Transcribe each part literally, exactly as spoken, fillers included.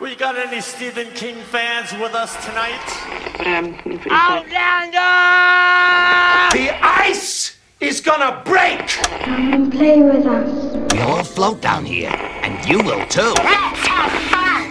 We got any Stephen King fans with us tonight? But I'm pretty sorry. Outlander! The ice is gonna break! Come and play with us. We all float down here, and you will too. Let's have fun!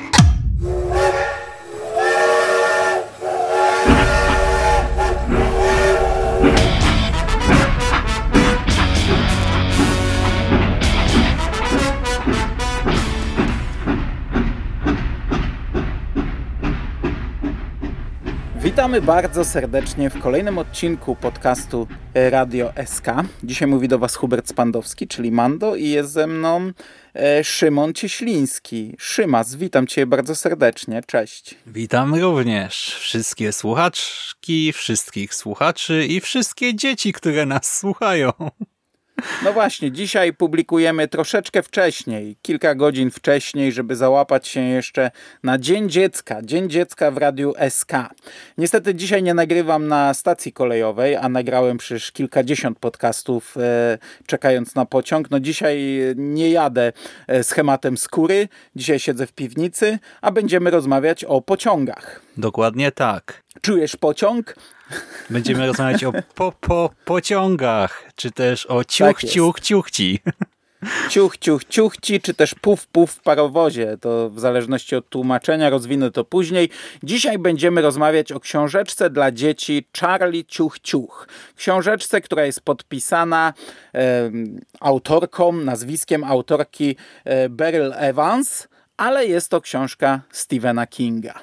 Witamy bardzo serdecznie w kolejnym odcinku podcastu Radio S K. Dzisiaj mówi do Was Hubert Spandowski, czyli Mando, i jest ze mną e, Szymon Cieśliński. Szymas, witam Cię bardzo serdecznie, cześć. Witam również wszystkie słuchaczki, wszystkich słuchaczy i wszystkie dzieci, które nas słuchają. No właśnie, dzisiaj publikujemy troszeczkę wcześniej, kilka godzin wcześniej, żeby załapać się jeszcze na Dzień Dziecka, Dzień Dziecka w Radiu S K. Niestety dzisiaj nie nagrywam na stacji kolejowej, a nagrałem przecież kilkadziesiąt podcastów e, czekając na pociąg. No dzisiaj nie jadę e, schematem skóry, dzisiaj siedzę w piwnicy, a będziemy rozmawiać o pociągach. Dokładnie tak. Czujesz pociąg? Będziemy rozmawiać o po, po, pociągach, czy też o ciuch, Tak ciuch, ciuchci. Ciuch, ciuch, ciuchci, czy też puf, puf w parowozie. To w zależności od tłumaczenia, rozwinę to później. Dzisiaj będziemy rozmawiać o książeczce dla dzieci Charlie Ciuch, ciuch. Książeczce, która jest podpisana e, autorką, nazwiskiem autorki e, Beryl Evans, ale jest to książka Stephena Kinga.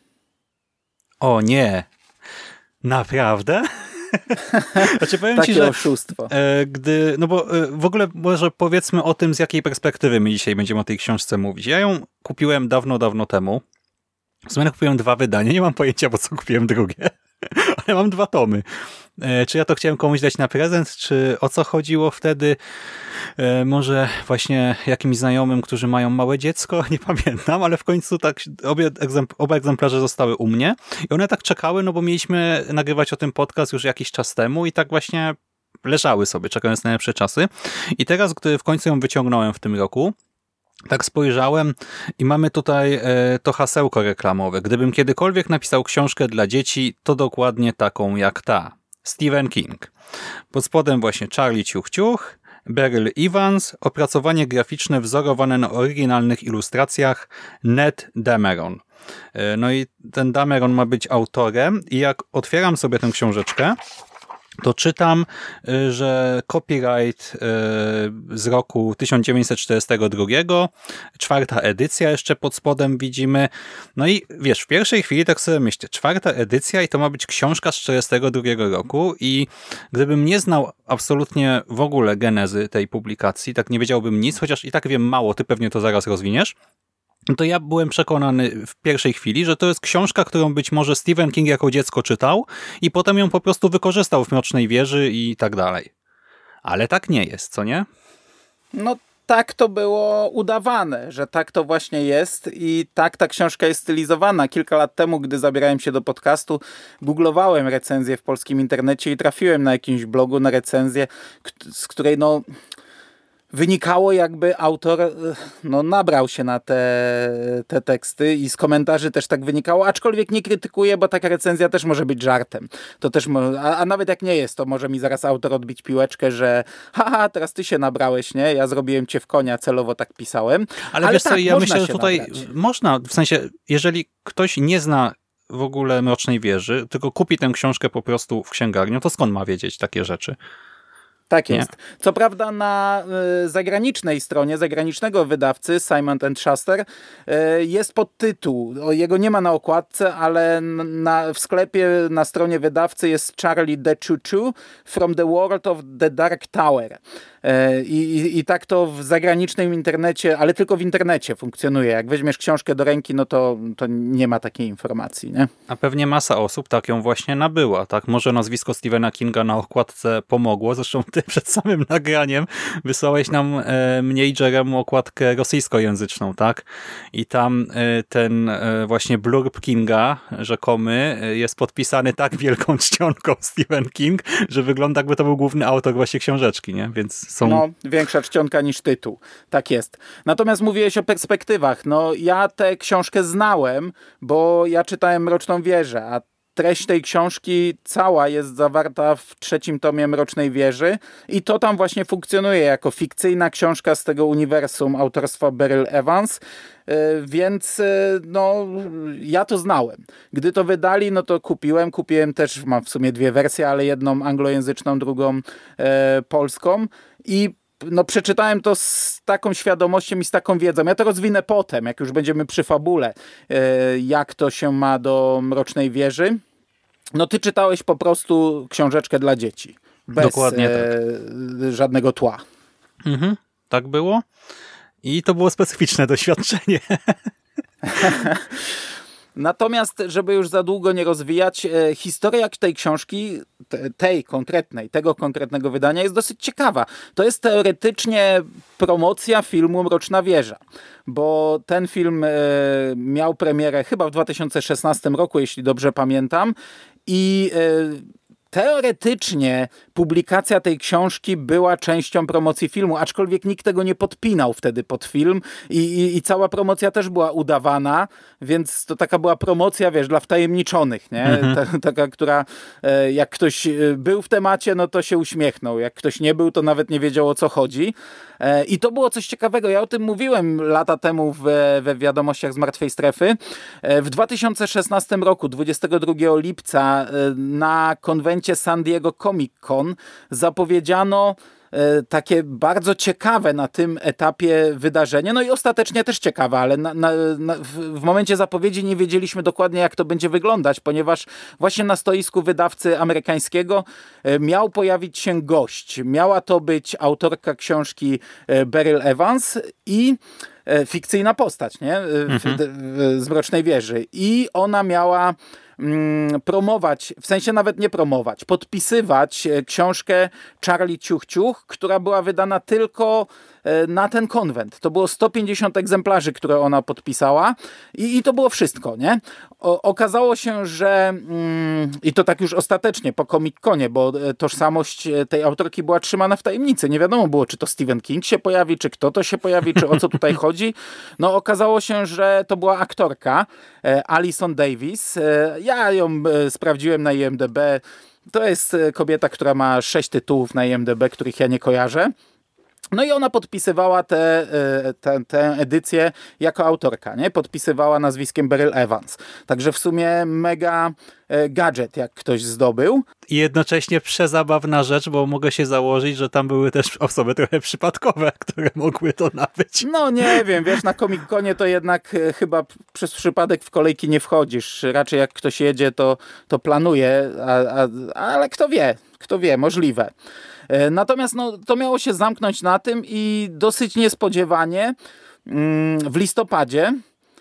O nie. Naprawdę? Znaczy, powiem Takie ci, że oszustwo. E, gdy, no bo e, w ogóle może powiedzmy o tym, z jakiej perspektywy my dzisiaj będziemy o tej książce mówić. Ja ją kupiłem dawno, dawno temu. W sumie kupiłem dwa wydania, nie mam pojęcia, po co kupiłem drugie, ale mam dwa tomy. E, czy ja to chciałem komuś dać na prezent, czy o co chodziło wtedy? E, może właśnie jakimś znajomym, którzy mają małe dziecko, nie pamiętam, ale w końcu tak obie egzempl- oba egzemplarze zostały u mnie i one tak czekały, no bo mieliśmy nagrywać o tym podcast już jakiś czas temu i tak właśnie leżały sobie, czekając na najlepsze czasy. I teraz, gdy w końcu ją wyciągnąłem w tym roku, tak spojrzałem i mamy tutaj e, to hasełko reklamowe. Gdybym kiedykolwiek napisał książkę dla dzieci, to dokładnie taką jak ta. Stephen King. Pod spodem właśnie Charlie Ciuch Ciuch, Beryl Evans, opracowanie graficzne wzorowane na oryginalnych ilustracjach Ned Dameron. E, no i ten Dameron ma być autorem i jak otwieram sobie tę książeczkę, to czytam, że copyright z roku tysiąc dziewięćset czterdziestego drugiego, czwarta edycja jeszcze pod spodem widzimy. No i wiesz, w pierwszej chwili tak sobie myślę, czwarta edycja i to ma być książka z czterdziestego drugiego roku i gdybym nie znał absolutnie w ogóle genezy tej publikacji, tak nie wiedziałbym nic, chociaż i tak wiem mało, ty pewnie to zaraz rozwiniesz, to ja byłem przekonany w pierwszej chwili, że to jest książka, którą być może Stephen King jako dziecko czytał i potem ją po prostu wykorzystał w Mrocznej Wieży i tak dalej. Ale tak nie jest, co nie? No tak to było udawane, że tak to właśnie jest i tak ta książka jest stylizowana. Kilka lat temu, gdy zabierałem się do podcastu, googlowałem recenzję w polskim internecie i trafiłem na jakimś blogu na recenzję, z której no... wynikało, jakby autor no, nabrał się na te, te teksty i z komentarzy też tak wynikało, aczkolwiek nie krytykuję, bo taka recenzja też może być żartem. To też mo- a, a nawet jak nie jest, to może mi zaraz autor odbić piłeczkę, że haha, teraz ty się nabrałeś, nie? Ja zrobiłem cię w konia, celowo tak pisałem. Ale, Ale wiesz tak, co, ja myślę, że tutaj nabrać. Można, w sensie, jeżeli ktoś nie zna w ogóle Mrocznej Wieży, tylko kupi tę książkę po prostu w księgarni, to skąd ma wiedzieć takie rzeczy? Tak jest. Nie. Co prawda na y, zagranicznej stronie, zagranicznego wydawcy Simon and Schuster y, jest podtytuł. O, jego nie ma na okładce, ale na, w sklepie na stronie wydawcy jest Charlie the Choo-Choo from the World of the Dark Tower. Y, i, I tak to w zagranicznym internecie, ale tylko w internecie funkcjonuje. Jak weźmiesz książkę do ręki, no to, to nie ma takiej informacji, nie? A pewnie masa osób tak ją właśnie nabyła. Tak? Może nazwisko Stephena Kinga na okładce pomogło. Zresztą ty ty przed samym nagraniem wysłałeś nam e, mnie i Jeremu okładkę rosyjskojęzyczną, tak? I tam e, ten e, właśnie blurb Kinga rzekomy e, jest podpisany tak wielką czcionką Stephen King, że wygląda jakby to był główny autor właśnie książeczki, nie? Więc są... No, większa czcionka niż tytuł. Tak jest. Natomiast mówiłeś o perspektywach. No, ja tę książkę znałem, bo ja czytałem Mroczną Wieżę, a treść tej książki cała jest zawarta w trzecim tomie Mrocznej Wieży i to tam właśnie funkcjonuje jako fikcyjna książka z tego uniwersum autorstwa Beryl Evans, więc no ja to znałem. Gdy to wydali, no to kupiłem, kupiłem też, mam w sumie dwie wersje, ale jedną anglojęzyczną, drugą e, polską i no przeczytałem to z taką świadomością i z taką wiedzą. Ja to rozwinę potem, jak już będziemy przy fabule, jak to się ma do Mrocznej Wieży. No ty czytałeś po prostu książeczkę dla dzieci. Bez Dokładnie tak. e, żadnego tła. Mhm, tak było. I to było specyficzne doświadczenie. Natomiast, żeby już za długo nie rozwijać, e, historia tej książki, te, tej konkretnej, tego konkretnego wydania jest dosyć ciekawa. To jest teoretycznie promocja filmu Mroczna Wieża, bo ten film e, miał premierę chyba w dwa tysiące szesnastym roku, jeśli dobrze pamiętam, i e, teoretycznie publikacja tej książki była częścią promocji filmu, aczkolwiek nikt tego nie podpinał wtedy pod film i, i, i cała promocja też była udawana, więc to taka była promocja, wiesz, dla wtajemniczonych, nie? Mhm. Ta, taka, która e, jak ktoś był w temacie, no to się uśmiechnął. Jak ktoś nie był, to nawet nie wiedział, o co chodzi. E, I to było coś ciekawego. Ja o tym mówiłem lata temu we, we wiadomościach z Martwej Strefy. E, w dwa tysiące szesnastym roku, dwudziestego drugiego lipca, e, na konwencie San Diego Comic Con zapowiedziano takie bardzo ciekawe na tym etapie wydarzenie, no i ostatecznie też ciekawe, ale na, na, na, w, w momencie zapowiedzi nie wiedzieliśmy dokładnie, jak to będzie wyglądać, ponieważ właśnie na stoisku wydawcy amerykańskiego miał pojawić się gość. Miała to być autorka książki Beryl Evans i fikcyjna postać, nie? Mhm. Z Mrocznej Wieży. I ona miała promować, w sensie nawet nie promować, podpisywać książkę Charlie Ciuch Ciuch, która była wydana tylko na ten konwent. To było sto pięćdziesiąt egzemplarzy, które ona podpisała i, i to było wszystko, nie? O, okazało się, że mm, i to tak już ostatecznie po Comic-Conie, bo tożsamość tej autorki była trzymana w tajemnicy. Nie wiadomo było, czy to Stephen King się pojawi, czy kto to się pojawi, czy o co tutaj chodzi. No okazało się, że to była aktorka Alison Davis. Ja ją sprawdziłem na I M D B. To jest kobieta, która ma sześć tytułów na I M D B, których ja nie kojarzę. No i ona podpisywała tę te, te edycję jako autorka, nie? Podpisywała nazwiskiem Beryl Evans. Także w sumie mega gadżet, jak ktoś zdobył. I jednocześnie przezabawna rzecz, bo mogę się założyć, że tam były też osoby trochę przypadkowe, które mogły to nabyć. No nie wiem, wiesz, na Comic-Conie to jednak chyba przez przypadek w kolejki nie wchodzisz. Raczej jak ktoś jedzie, to, to planuje, a, a, ale kto wie, kto wie, możliwe. Natomiast no, to miało się zamknąć na tym i dosyć niespodziewanie w listopadzie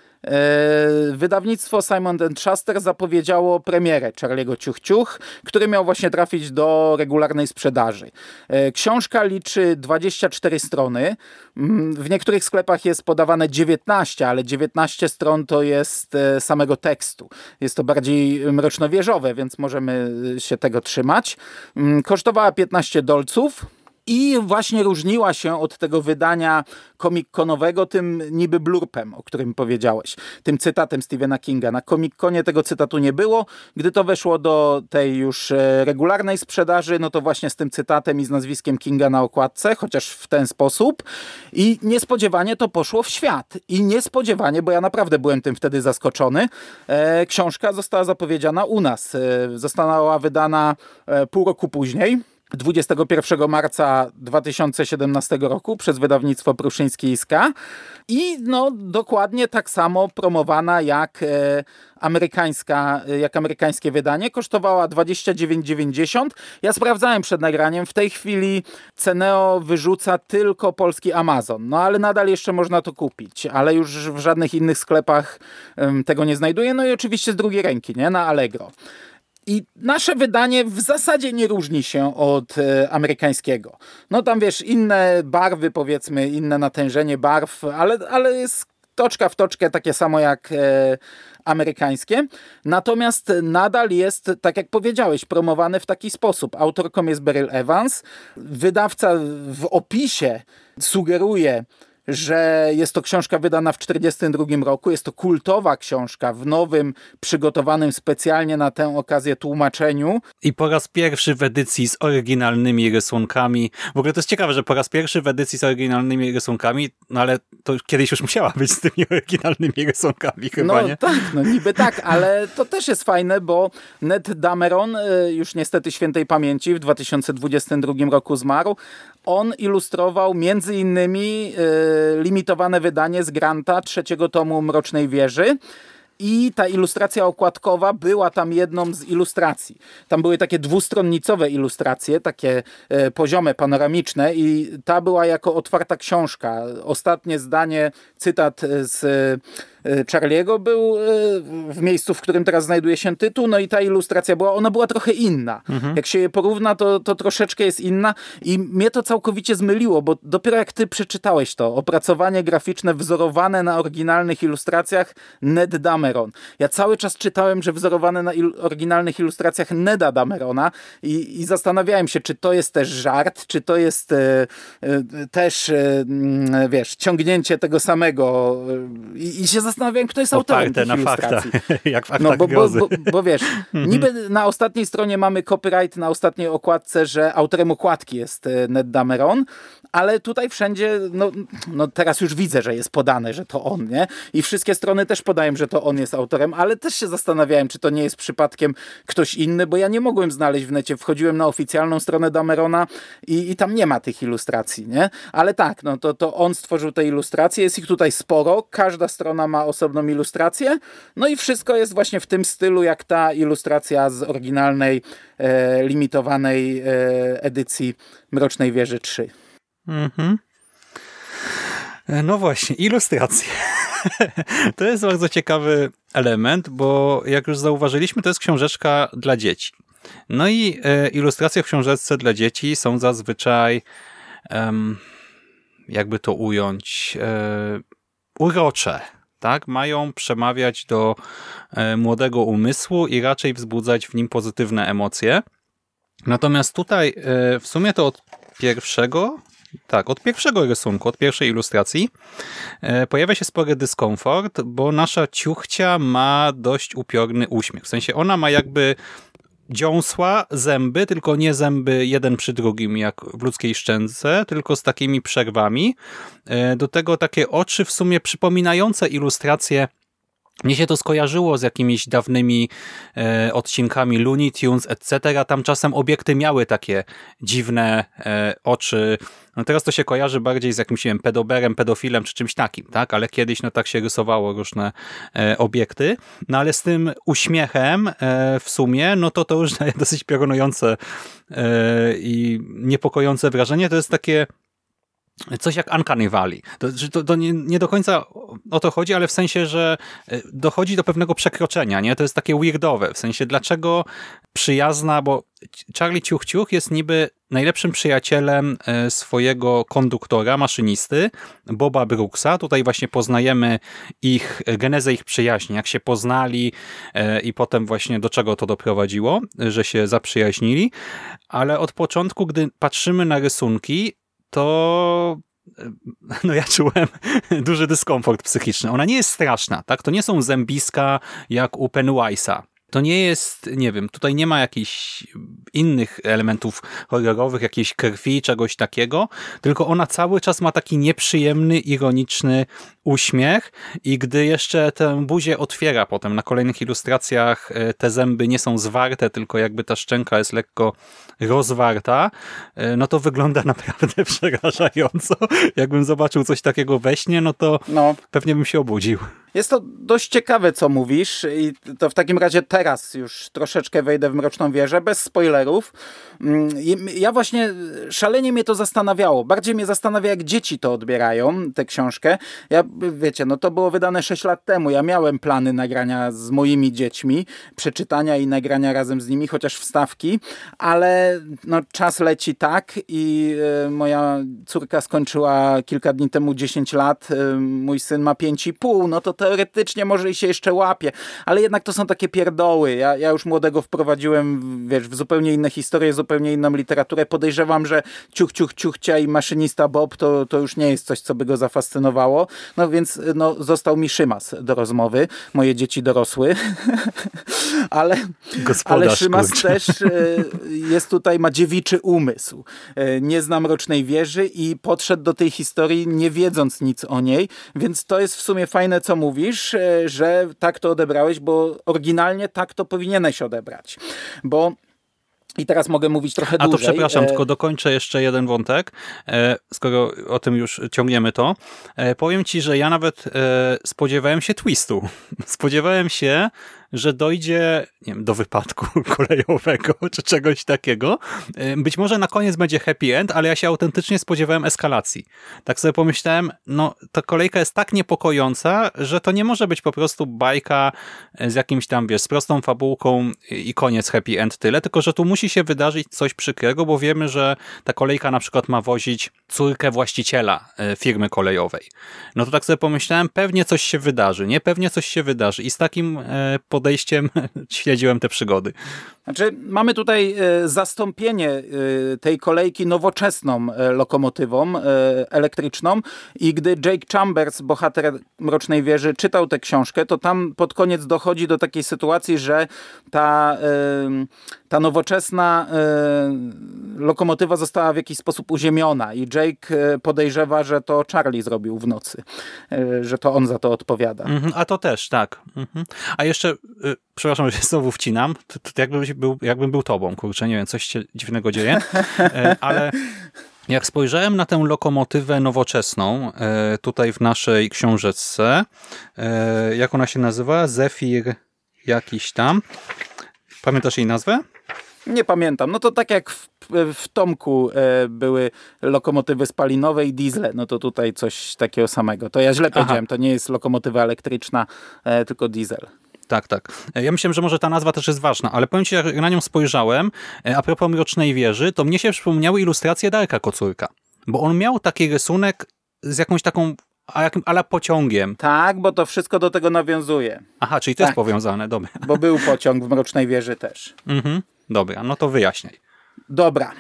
wydawnictwo Simon and Schuster zapowiedziało premierę Charlie'ego Ciuch Ciuch, który miał właśnie trafić do regularnej sprzedaży. Książka liczy dwadzieścia cztery strony. W niektórych sklepach jest podawane dziewiętnaście, ale dziewiętnaście stron to jest samego tekstu. Jest to bardziej mrocznowieżowe, więc możemy się tego trzymać. Kosztowała piętnaście dolców. I właśnie różniła się od tego wydania comic-conowego tym niby blurpem, o którym powiedziałeś, tym cytatem Stephena Kinga. Na Comic-Conie tego cytatu nie było. Gdy to weszło do tej już regularnej sprzedaży, no to właśnie z tym cytatem i z nazwiskiem Kinga na okładce, chociaż w ten sposób. I niespodziewanie to poszło w świat. I niespodziewanie, bo ja naprawdę byłem tym wtedy zaskoczony, e, książka została zapowiedziana u nas. E, została wydana e, pół roku później. dwudziestego pierwszego marca dwa tysiące siedemnastego roku przez wydawnictwo Pruszyński i Ska i no dokładnie tak samo promowana jak e, amerykańska, jak amerykańskie wydanie. Kosztowała dwadzieścia dziewięć dziewięćdziesiąt. Ja sprawdzałem przed nagraniem. W tej chwili Ceneo wyrzuca tylko polski Amazon. No ale nadal jeszcze można to kupić. Ale już w żadnych innych sklepach um, tego nie znajduję. No i oczywiście z drugiej ręki, nie? Na Allegro. I nasze wydanie w zasadzie nie różni się od e, amerykańskiego. No tam wiesz, inne barwy powiedzmy, inne natężenie barw, ale, ale jest toczka w toczkę takie samo jak e, amerykańskie. Natomiast nadal jest, tak jak powiedziałeś, promowany w taki sposób. Autorką jest Beryl Evans. Wydawca w opisie sugeruje, że jest to książka wydana w czterdziestym drugim roku. Jest to kultowa książka w nowym, przygotowanym specjalnie na tę okazję tłumaczeniu. I po raz pierwszy w edycji z oryginalnymi rysunkami. W ogóle to jest ciekawe, że po raz pierwszy w edycji z oryginalnymi rysunkami, no ale to kiedyś już musiała być z tymi oryginalnymi rysunkami chyba, no, nie? tak, no niby tak, ale to też jest fajne, bo Ned Dameron, już niestety świętej pamięci, w dwa tysiące dwudziestym drugim roku zmarł. On ilustrował między innymi y, limitowane wydanie z Granta trzeciego tomu Mrocznej Wieży. I ta ilustracja okładkowa była tam jedną z ilustracji. Tam były takie dwustronnicowe ilustracje, takie e, poziome, panoramiczne i ta była jako otwarta książka. Ostatnie zdanie, cytat z e, Charlie'ego był e, w miejscu, w którym teraz znajduje się tytuł, no i ta ilustracja była, ona była trochę inna. Mhm. Jak się je porówna, to, to troszeczkę jest inna i mnie to całkowicie zmyliło, bo dopiero jak ty przeczytałeś to, opracowanie graficzne wzorowane na oryginalnych ilustracjach Ned Dameron. Ja cały czas czytałem, że wzorowane na il- oryginalnych ilustracjach Neda Damerona i, i zastanawiałem się, czy to jest też żart, czy to jest e, e, też, e, wiesz, ciągnięcie tego samego i, i się zastanawiałem, kto jest autorem Oparte tych na ilustracji. faktach, jak w aktach no, bo, bo, grozy. bo, bo wiesz, niby na ostatniej stronie mamy copyright, na ostatniej okładce, że autorem okładki jest Ned Dameron, ale tutaj wszędzie, no, no teraz już widzę, że jest podane, że to on, nie? I wszystkie strony też podają, że to on jest autorem, ale też się zastanawiałem, czy to nie jest przypadkiem ktoś inny, bo ja nie mogłem znaleźć w necie. Wchodziłem na oficjalną stronę Damerona i, i tam nie ma tych ilustracji, nie? Ale tak, no to, to on stworzył te ilustracje, jest ich tutaj sporo, każda strona ma osobną ilustrację, no i wszystko jest właśnie w tym stylu, jak ta ilustracja z oryginalnej, e, limitowanej e, edycji Mrocznej Wieży trzy. Mhm. No właśnie, ilustracje. To jest bardzo ciekawy element, bo jak już zauważyliśmy, to jest książeczka dla dzieci. No i e, ilustracje w książeczce dla dzieci są zazwyczaj, um, jakby to ująć, e, urocze. Tak? Mają przemawiać do e, młodego umysłu i raczej wzbudzać w nim pozytywne emocje. Natomiast tutaj e, w sumie to od pierwszego... Tak, od pierwszego rysunku, od pierwszej ilustracji e, pojawia się spory dyskomfort, bo nasza ciuchcia ma dość upiorny uśmiech. W sensie ona ma jakby dziąsła zęby, tylko nie zęby jeden przy drugim jak w ludzkiej szczęce, tylko z takimi przerwami. E, do tego takie oczy w sumie przypominające ilustracje. Mnie się to skojarzyło z jakimiś dawnymi e, odcinkami Looney Tunes, et cetera. Tam czasem obiekty miały takie dziwne e, oczy. No teraz to się kojarzy bardziej z jakimś, nie wiem, pedoberem, pedofilem czy czymś takim, tak? Ale kiedyś no tak się rysowało różne e, obiekty. No ale z tym uśmiechem e, w sumie, no to to już daje dosyć piorunujące e, i niepokojące wrażenie. To jest takie coś jak Uncanny Valley. To, to, to nie, nie do końca o to chodzi, ale w sensie, że dochodzi do pewnego przekroczenia, nie? To jest takie weirdowe, w sensie dlaczego przyjazna, bo Charlie Ciuch Ciuch jest niby najlepszym przyjacielem swojego konduktora, maszynisty, Boba Brooksa. Tutaj właśnie poznajemy ich, genezę ich przyjaźni, jak się poznali i potem właśnie do czego to doprowadziło, że się zaprzyjaźnili. Ale od początku, gdy patrzymy na rysunki, to no ja czułem duży dyskomfort psychiczny. Ona nie jest straszna, tak? To nie są zębiska jak u Pennywise'a. To nie jest, nie wiem, tutaj nie ma jakichś innych elementów horrorowych, jakiejś krwi, czegoś takiego, tylko ona cały czas ma taki nieprzyjemny, ironiczny uśmiech i gdy jeszcze tę buzię otwiera potem na kolejnych ilustracjach, te zęby nie są zwarte, tylko jakby ta szczęka jest lekko rozwarta, no to wygląda naprawdę przerażająco. Jakbym zobaczył coś takiego we śnie, no to no. pewnie bym się obudził. Jest to dość ciekawe, co mówisz i to w takim razie teraz już troszeczkę wejdę w Mroczną Wieżę, bez spoilerów. Ja właśnie, szalenie mnie to zastanawiało. Bardziej mnie zastanawia, jak dzieci to odbierają, tę książkę. Ja, wiecie, no to było wydane sześć lat temu. Ja miałem plany nagrania z moimi dziećmi, przeczytania i nagrania razem z nimi, chociaż wstawki, ale no, czas leci tak i y, moja córka skończyła kilka dni temu dziesięć lat, y, mój syn ma pięć i pół, no to teoretycznie może i się jeszcze łapie, ale jednak to są takie pierdoły. Ja, ja już młodego wprowadziłem, wiesz, w zupełnie inne historie, zupełnie inną literaturę. Podejrzewam, że ciuch, ciuch, ciuchcia i maszynista Bob to, to już nie jest coś, co by go zafascynowało. No więc no, został mi Szymas do rozmowy. Moje dzieci dorosły. ale, ale Szymas kurczę. też jest tutaj, ma dziewiczy umysł. Nie zna Mrocznej Wieży i podszedł do tej historii nie wiedząc nic o niej, więc to jest w sumie fajne, co mówisz, że tak to odebrałeś, bo oryginalnie tak to powinieneś odebrać. Bo i teraz mogę mówić trochę A dłużej. to przepraszam, e... tylko dokończę jeszcze jeden wątek, e, skoro o tym już ciągniemy to. E, powiem ci, że ja nawet e, spodziewałem się twistu. Spodziewałem się, że dojdzie, nie wiem, do wypadku kolejowego czy czegoś takiego. Być może na koniec będzie happy end, ale ja się autentycznie spodziewałem eskalacji. Tak sobie pomyślałem, no ta kolejka jest tak niepokojąca, że to nie może być po prostu bajka z jakimś tam, wiesz, z prostą fabułką i koniec happy end tyle, tylko że tu musi się wydarzyć coś przykrego, bo wiemy, że ta kolejka na przykład ma wozić córkę właściciela firmy kolejowej. No to tak sobie pomyślałem, pewnie coś się wydarzy, nie? Pewnie coś się wydarzy i z takim podejściem śledziłem te przygody. Znaczy, mamy tutaj zastąpienie tej kolejki nowoczesną lokomotywą elektryczną i gdy Jake Chambers, bohater Mrocznej Wieży, czytał tę książkę, to tam pod koniec dochodzi do takiej sytuacji, że ta, ta nowoczesna lokomotywa została w jakiś sposób uziemiona i Jake podejrzewa, że to Charlie zrobił w nocy, że to on za to odpowiada. Mhm, a to też, tak. Mhm. A jeszcze, y, przepraszam, że znowu wcinam, to, to jakbym, był, jakbym był tobą, kurczę, nie wiem, coś się dziwnego dzieje, y, ale jak spojrzałem na tę lokomotywę nowoczesną, y, tutaj w naszej książeczce, y, jak ona się nazywa? Zephyr jakiś tam. Pamiętasz jej nazwę? Nie pamiętam. No to tak jak w, w Tomku e, były lokomotywy spalinowe i diesle, no to tutaj coś takiego samego. To ja źle powiedziałem, to nie jest lokomotywa elektryczna, e, tylko diesel. Tak, tak. Ja myślałem, że może ta nazwa też jest ważna, ale powiem ci, jak na nią spojrzałem, a propos Mrocznej Wieży, to mnie się przypomniały ilustracje Darka Kocurka, bo on miał taki rysunek z jakąś taką a jakim ala pociągiem. Tak, bo to wszystko do tego nawiązuje. Aha, czyli to tak. jest powiązane, dobra. Bo był pociąg w Mrocznej Wieży też. Mhm. Dobra, no to wyjaśniaj. Dobra.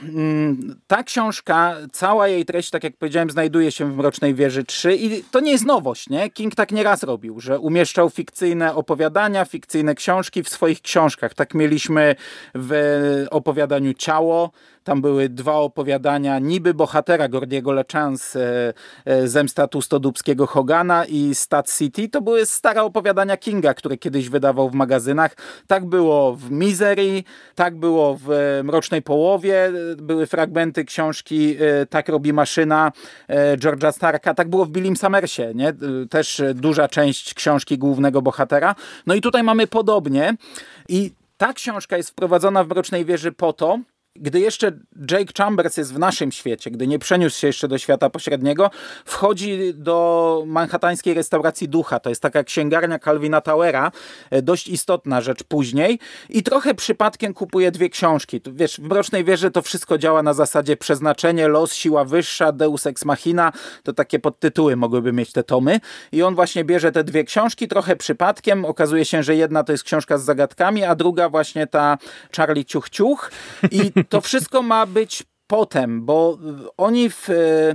Ta książka, cała jej treść, tak jak powiedziałem, znajduje się w Mrocznej Wieży trzy i to nie jest nowość, nie? King tak nieraz robił, że umieszczał fikcyjne opowiadania, fikcyjne książki w swoich książkach. Tak mieliśmy w opowiadaniu Ciało. Tam były dwa opowiadania niby bohatera Gordiego LeChance, Zemsta Tłustodubskiego Hogana i Stat City. To były stare opowiadania Kinga, które kiedyś wydawał w magazynach. Tak było w Misery, tak było w Mrocznej Połowie. Były fragmenty książki Tak robi maszyna George'a Starka. Tak było w Billim Summersie, nie? Też duża część książki głównego bohatera. No i tutaj mamy podobnie. I ta książka jest wprowadzona w Mrocznej Wieży po to, gdy jeszcze Jake Chambers jest w naszym świecie, gdy nie przeniósł się jeszcze do świata pośredniego, wchodzi do manhattańskiej restauracji ducha. To jest taka księgarnia Calvina Towera, dość istotna rzecz później i trochę przypadkiem kupuje dwie książki. Tu, wiesz, w Mrocznej Wieży to wszystko działa na zasadzie przeznaczenie, los, siła wyższa, deus ex machina, to takie podtytuły mogłyby mieć te tomy i on właśnie bierze te dwie książki trochę przypadkiem. Okazuje się, że jedna to jest książka z zagadkami, a druga właśnie ta Charlie Ciuch Ciuch i to wszystko ma być potem, bo oni w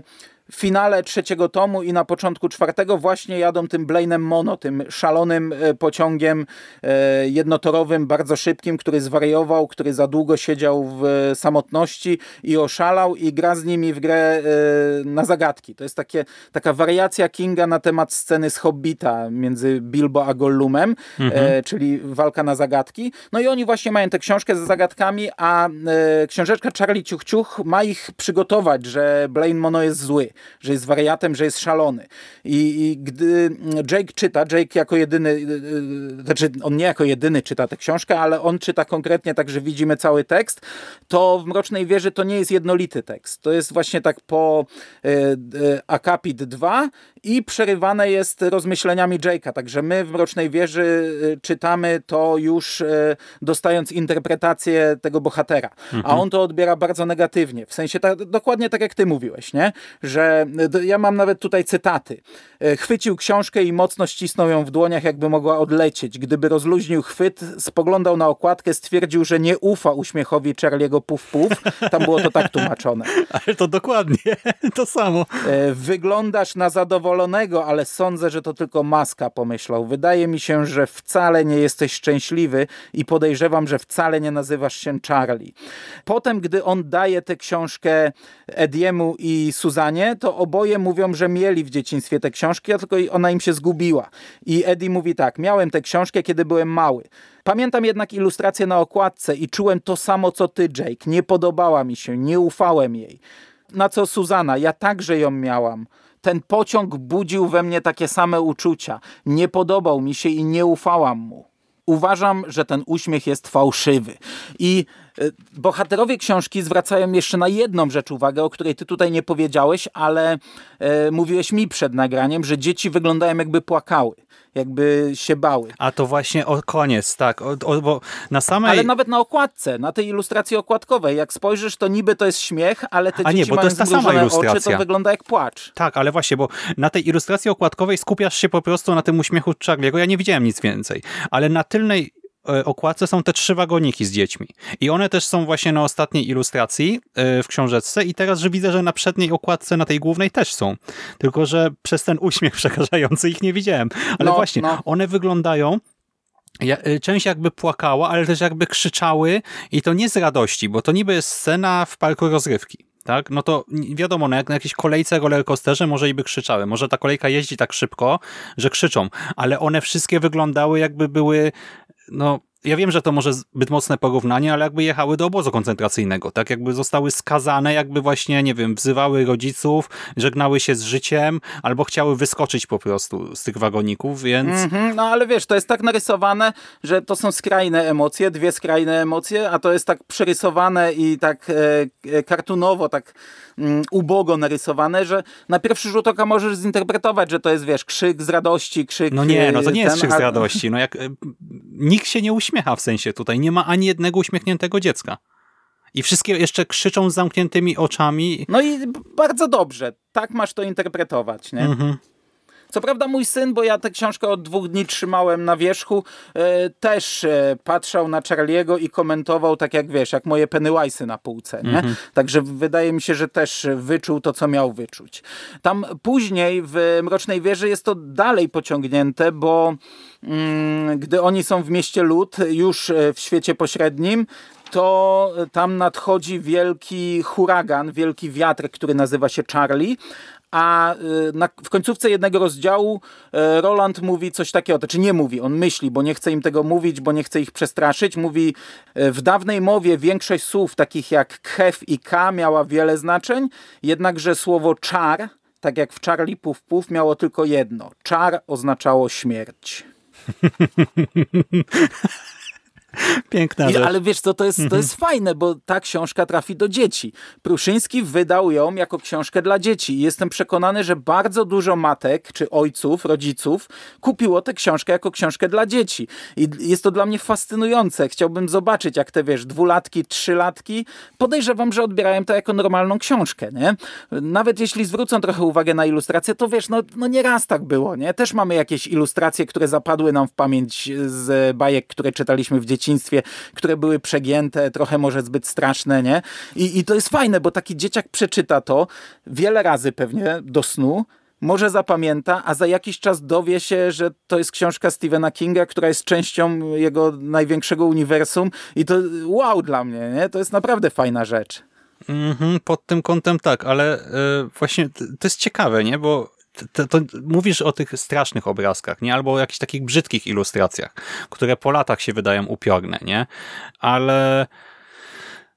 w finale trzeciego tomu i na początku czwartego właśnie jadą tym Blainem Mono, tym szalonym pociągiem jednotorowym, bardzo szybkim, który zwariował, który za długo siedział w samotności i oszalał i gra z nimi w grę na zagadki. To jest takie, taka wariacja Kinga na temat sceny z Hobbita między Bilbo a Gollumem, mhm. czyli walka na zagadki. No i oni właśnie mają tę książkę z zagadkami, a książeczka Charlie Ciuch Ciuch ma ich przygotować, że Blaine Mono jest zły. że jest wariatem, że jest szalony. I, i gdy Jake czyta, Jake jako jedyny, znaczy on nie jako jedyny czyta tę książkę, ale on czyta konkretnie tak, że widzimy cały tekst, to w Mrocznej Wieży to nie jest jednolity tekst. To jest właśnie tak po e, e, akapit dwa i przerywane jest rozmyśleniami Jake'a. Także my w Mrocznej Wieży e, czytamy to już e, dostając interpretację tego bohatera. Mhm. A on to odbiera bardzo negatywnie. W sensie tak, dokładnie tak jak ty mówiłeś, nie? Że e, ja mam nawet tutaj cytaty. E, chwycił książkę i mocno ścisnął ją w dłoniach, jakby mogła odlecieć. Gdyby rozluźnił chwyt, spoglądał na okładkę, stwierdził, że nie ufa uśmiechowi Charlie'ego Puf Puf. Tam było to tak tłumaczone. Ale to dokładnie to samo. Wyglądasz na zadowolonego, ale sądzę, że to tylko maska, pomyślał. Wydaje mi się, że wcale nie jesteś szczęśliwy i podejrzewam, że wcale nie nazywasz się Charlie. Potem, gdy on daje tę książkę Ediemu i Suzanie, to oboje mówią, że mieli w dzieciństwie tę książkę, a tylko ona im się zgubiła. I Eddie mówi tak, miałem tę książkę, kiedy byłem mały. Pamiętam jednak ilustrację na okładce i czułem to samo, co ty, Jake. Nie podobała mi się, nie ufałem jej. Na co Suzana, ja także ją miałam. Ten pociąg budził we mnie takie same uczucia. Nie podobał mi się i nie ufałam mu. Uważam, że ten uśmiech jest fałszywy. I y, bohaterowie książki zwracają jeszcze na jedną rzecz uwagę, o której ty tutaj nie powiedziałeś, ale y, mówiłeś mi przed nagraniem, że dzieci wyglądają jakby płakały. Jakby się bały. A to właśnie o koniec, tak. O, o, bo na samej... Ale nawet na okładce, na tej ilustracji okładkowej, jak spojrzysz, to niby to jest śmiech, ale te A dzieci nie, bo to mają jest ta sama zmrużone ilustracja. oczy, to wygląda jak płacz. Tak, ale właśnie, bo na tej ilustracji okładkowej skupiasz się po prostu na tym uśmiechu Charlie'ego. Ja nie widziałem nic więcej. Ale na tylnej okładce są te trzy wagoniki z dziećmi. I one też są właśnie na ostatniej ilustracji w książeczce i teraz, że widzę, że na przedniej okładce, na tej głównej też są. Tylko, że przez ten uśmiech przerażający ich nie widziałem. Ale no, właśnie, no. One wyglądają część jakby płakała, ale też jakby krzyczały i to nie z radości, bo to niby jest scena w parku rozrywki. Tak? No to wiadomo, no jak na jakiejś kolejce rollercoasterze może i by krzyczały. Może ta kolejka jeździ tak szybko, że krzyczą, ale one wszystkie wyglądały jakby były, no ja wiem, że to może zbyt mocne porównanie, ale jakby jechały do obozu koncentracyjnego, tak? Jakby zostały skazane, jakby właśnie, nie wiem, wzywały rodziców, żegnały się z życiem, albo chciały wyskoczyć po prostu z tych wagoników, więc... Mm-hmm, no ale wiesz, to jest tak narysowane, że to są skrajne emocje, dwie skrajne emocje, a to jest tak przerysowane i tak e, kartunowo, tak mm, ubogo narysowane, że na pierwszy rzut oka możesz zinterpretować, że to jest, wiesz, krzyk z radości, krzyk... No nie, no to nie ten, jest krzyk a... z radości. No jak... Nikt się nie uśmiecha w sensie tutaj. Nie ma ani jednego uśmiechniętego dziecka. I wszystkie jeszcze krzyczą z zamkniętymi oczami. No i bardzo dobrze. Tak masz to interpretować, nie? Mhm. Co prawda mój syn, bo ja tę książkę od dwóch dni trzymałem na wierzchu, e, też e, patrzał na Charlie'ego i komentował tak jak wiesz, jak moje Pennywise'y na półce, nie? Mhm. Także wydaje mi się, że też wyczuł to, co miał wyczuć. Tam później w Mrocznej Wieży jest to dalej pociągnięte, bo mm, gdy oni są w mieście Lud, już w świecie pośrednim, to tam nadchodzi wielki huragan, wielki wiatr, który nazywa się Charlie, a na, w końcówce jednego rozdziału Roland mówi coś takiego, to czy nie mówi, on myśli, bo nie chce im tego mówić, bo nie chce ich przestraszyć. Mówi, w dawnej mowie większość słów takich jak khew i ka miała wiele znaczeń, jednakże słowo czar, tak jak w Charlie Puf Puf, miało tylko jedno. Czar oznaczało śmierć. Piękna I, rzecz. ale wiesz co, to jest, to jest fajne, bo ta książka trafi do dzieci. Pruszyński wydał ją jako książkę dla dzieci i jestem przekonany, że bardzo dużo matek, czy ojców, rodziców kupiło tę książkę jako książkę dla dzieci. I jest to dla mnie fascynujące. Chciałbym zobaczyć, jak te, wiesz, dwulatki, trzylatki, podejrzewam, że odbierają to jako normalną książkę, nie? Nawet jeśli zwrócą trochę uwagę na ilustrację, to wiesz, no, no nie raz tak było, nie? Też mamy jakieś ilustracje, które zapadły nam w pamięć z bajek, które czytaliśmy w dzieciństwie, które były przegięte, trochę może zbyt straszne, nie? I, i to jest fajne, bo taki dzieciak przeczyta to wiele razy pewnie do snu, może zapamięta, a za jakiś czas dowie się, że to jest książka Stephena Kinga, która jest częścią jego największego uniwersum i to wow dla mnie, nie? To jest naprawdę fajna rzecz. Mm-hmm, pod tym kątem tak, ale yy, właśnie to, to jest ciekawe, nie? Bo To, to mówisz o tych strasznych obrazkach, nie? Albo o jakichś takich brzydkich ilustracjach, które po latach się wydają upiorne, nie? Ale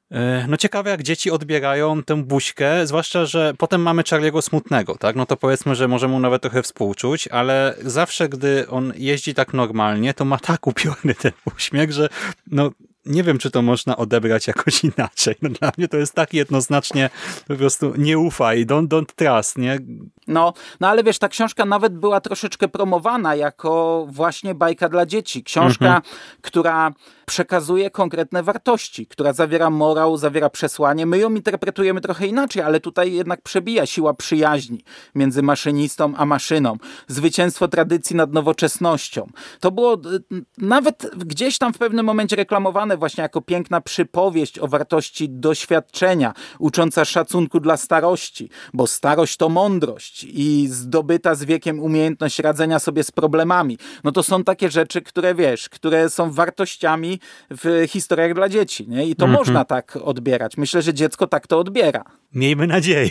No ciekawe, jak dzieci odbierają tę buźkę, zwłaszcza, że potem mamy Charlie'ego smutnego, tak? No to powiedzmy, że możemy mu nawet trochę współczuć, ale zawsze, gdy on jeździ tak normalnie, to ma tak upiorny ten uśmiech, że no nie wiem, czy to można odebrać jakoś inaczej. No dla mnie to jest tak jednoznacznie po prostu nie ufaj, don't, don't trust, nie? No, no ale wiesz, ta książka nawet była troszeczkę promowana jako właśnie bajka dla dzieci. Książka, mhm. która przekazuje konkretne wartości, która zawiera morał, zawiera przesłanie. My ją interpretujemy trochę inaczej, ale tutaj jednak przebija siła przyjaźni między maszynistą a maszyną. Zwycięstwo tradycji nad nowoczesnością. To było nawet gdzieś tam w pewnym momencie reklamowane właśnie jako piękna przypowieść o wartości doświadczenia, ucząca szacunku dla starości, bo starość to mądrość i zdobyta z wiekiem umiejętność radzenia sobie z problemami. No to są takie rzeczy, które wiesz, które są wartościami w historiach dla dzieci, nie? I to mm-hmm. można tak odbierać. Myślę, że dziecko tak to odbiera. Miejmy nadzieję.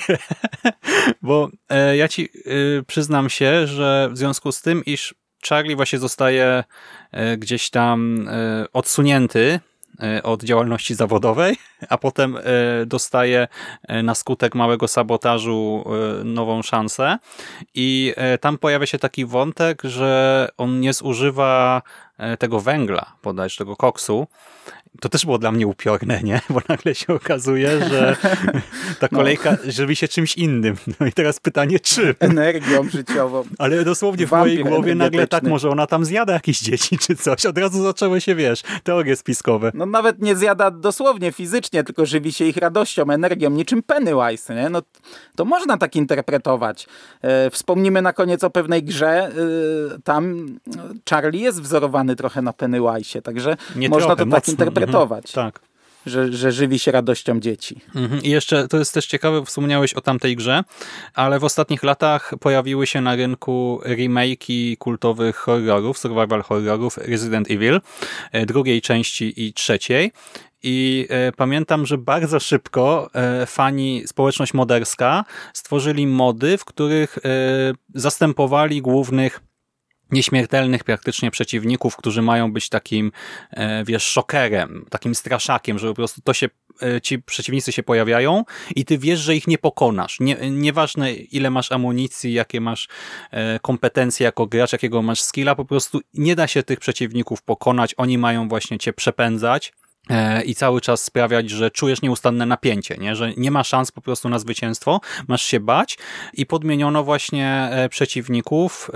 Bo e, ja ci e, przyznam się, że w związku z tym, iż Charlie właśnie zostaje e, gdzieś tam e, odsunięty od działalności zawodowej, a potem dostaje na skutek małego sabotażu nową szansę i tam pojawia się taki wątek, że on nie zużywa tego węgla, bodajże tego koksu. To też było dla mnie upiorne, nie? Bo nagle się okazuje, że ta kolejka no. żywi się czymś innym. No i teraz pytanie, czym? Energią życiową. Ale dosłownie w Wampir mojej głowie nagle tak, może ona tam zjada jakieś dzieci czy coś. Od razu zaczęły się, wiesz, teorie spiskowe. No nawet nie zjada dosłownie fizycznie, tylko żywi się ich radością, energią, niczym Pennywise, nie? No to można tak interpretować. E, wspomnimy na koniec o pewnej grze. E, tam Charlie jest wzorowany trochę na Pennywise'ie, także nie można trochę, to tak mocno interpretować. Mhm, tak. Że, że żywi się radością dzieci. Mhm. I jeszcze, to jest też ciekawe, wspomniałeś o tamtej grze, ale w ostatnich latach pojawiły się na rynku remake'i kultowych horrorów, survival horrorów Resident Evil, drugiej części i trzeciej. I e, pamiętam, że bardzo szybko e, fani, społeczność moderska stworzyli mody, w których e, zastępowali głównych nieśmiertelnych praktycznie przeciwników, którzy mają być takim, wiesz, szokerem, takim straszakiem, że po prostu to się, ci przeciwnicy się pojawiają i ty wiesz, że ich nie pokonasz. Nie, nieważne ile masz amunicji, jakie masz kompetencje jako gracz, jakiego masz skilla, po prostu nie da się tych przeciwników pokonać, oni mają właśnie cię przepędzać i cały czas sprawiać, że czujesz nieustanne napięcie, nie? Że nie ma szans po prostu na zwycięstwo, masz się bać i podmieniono właśnie przeciwników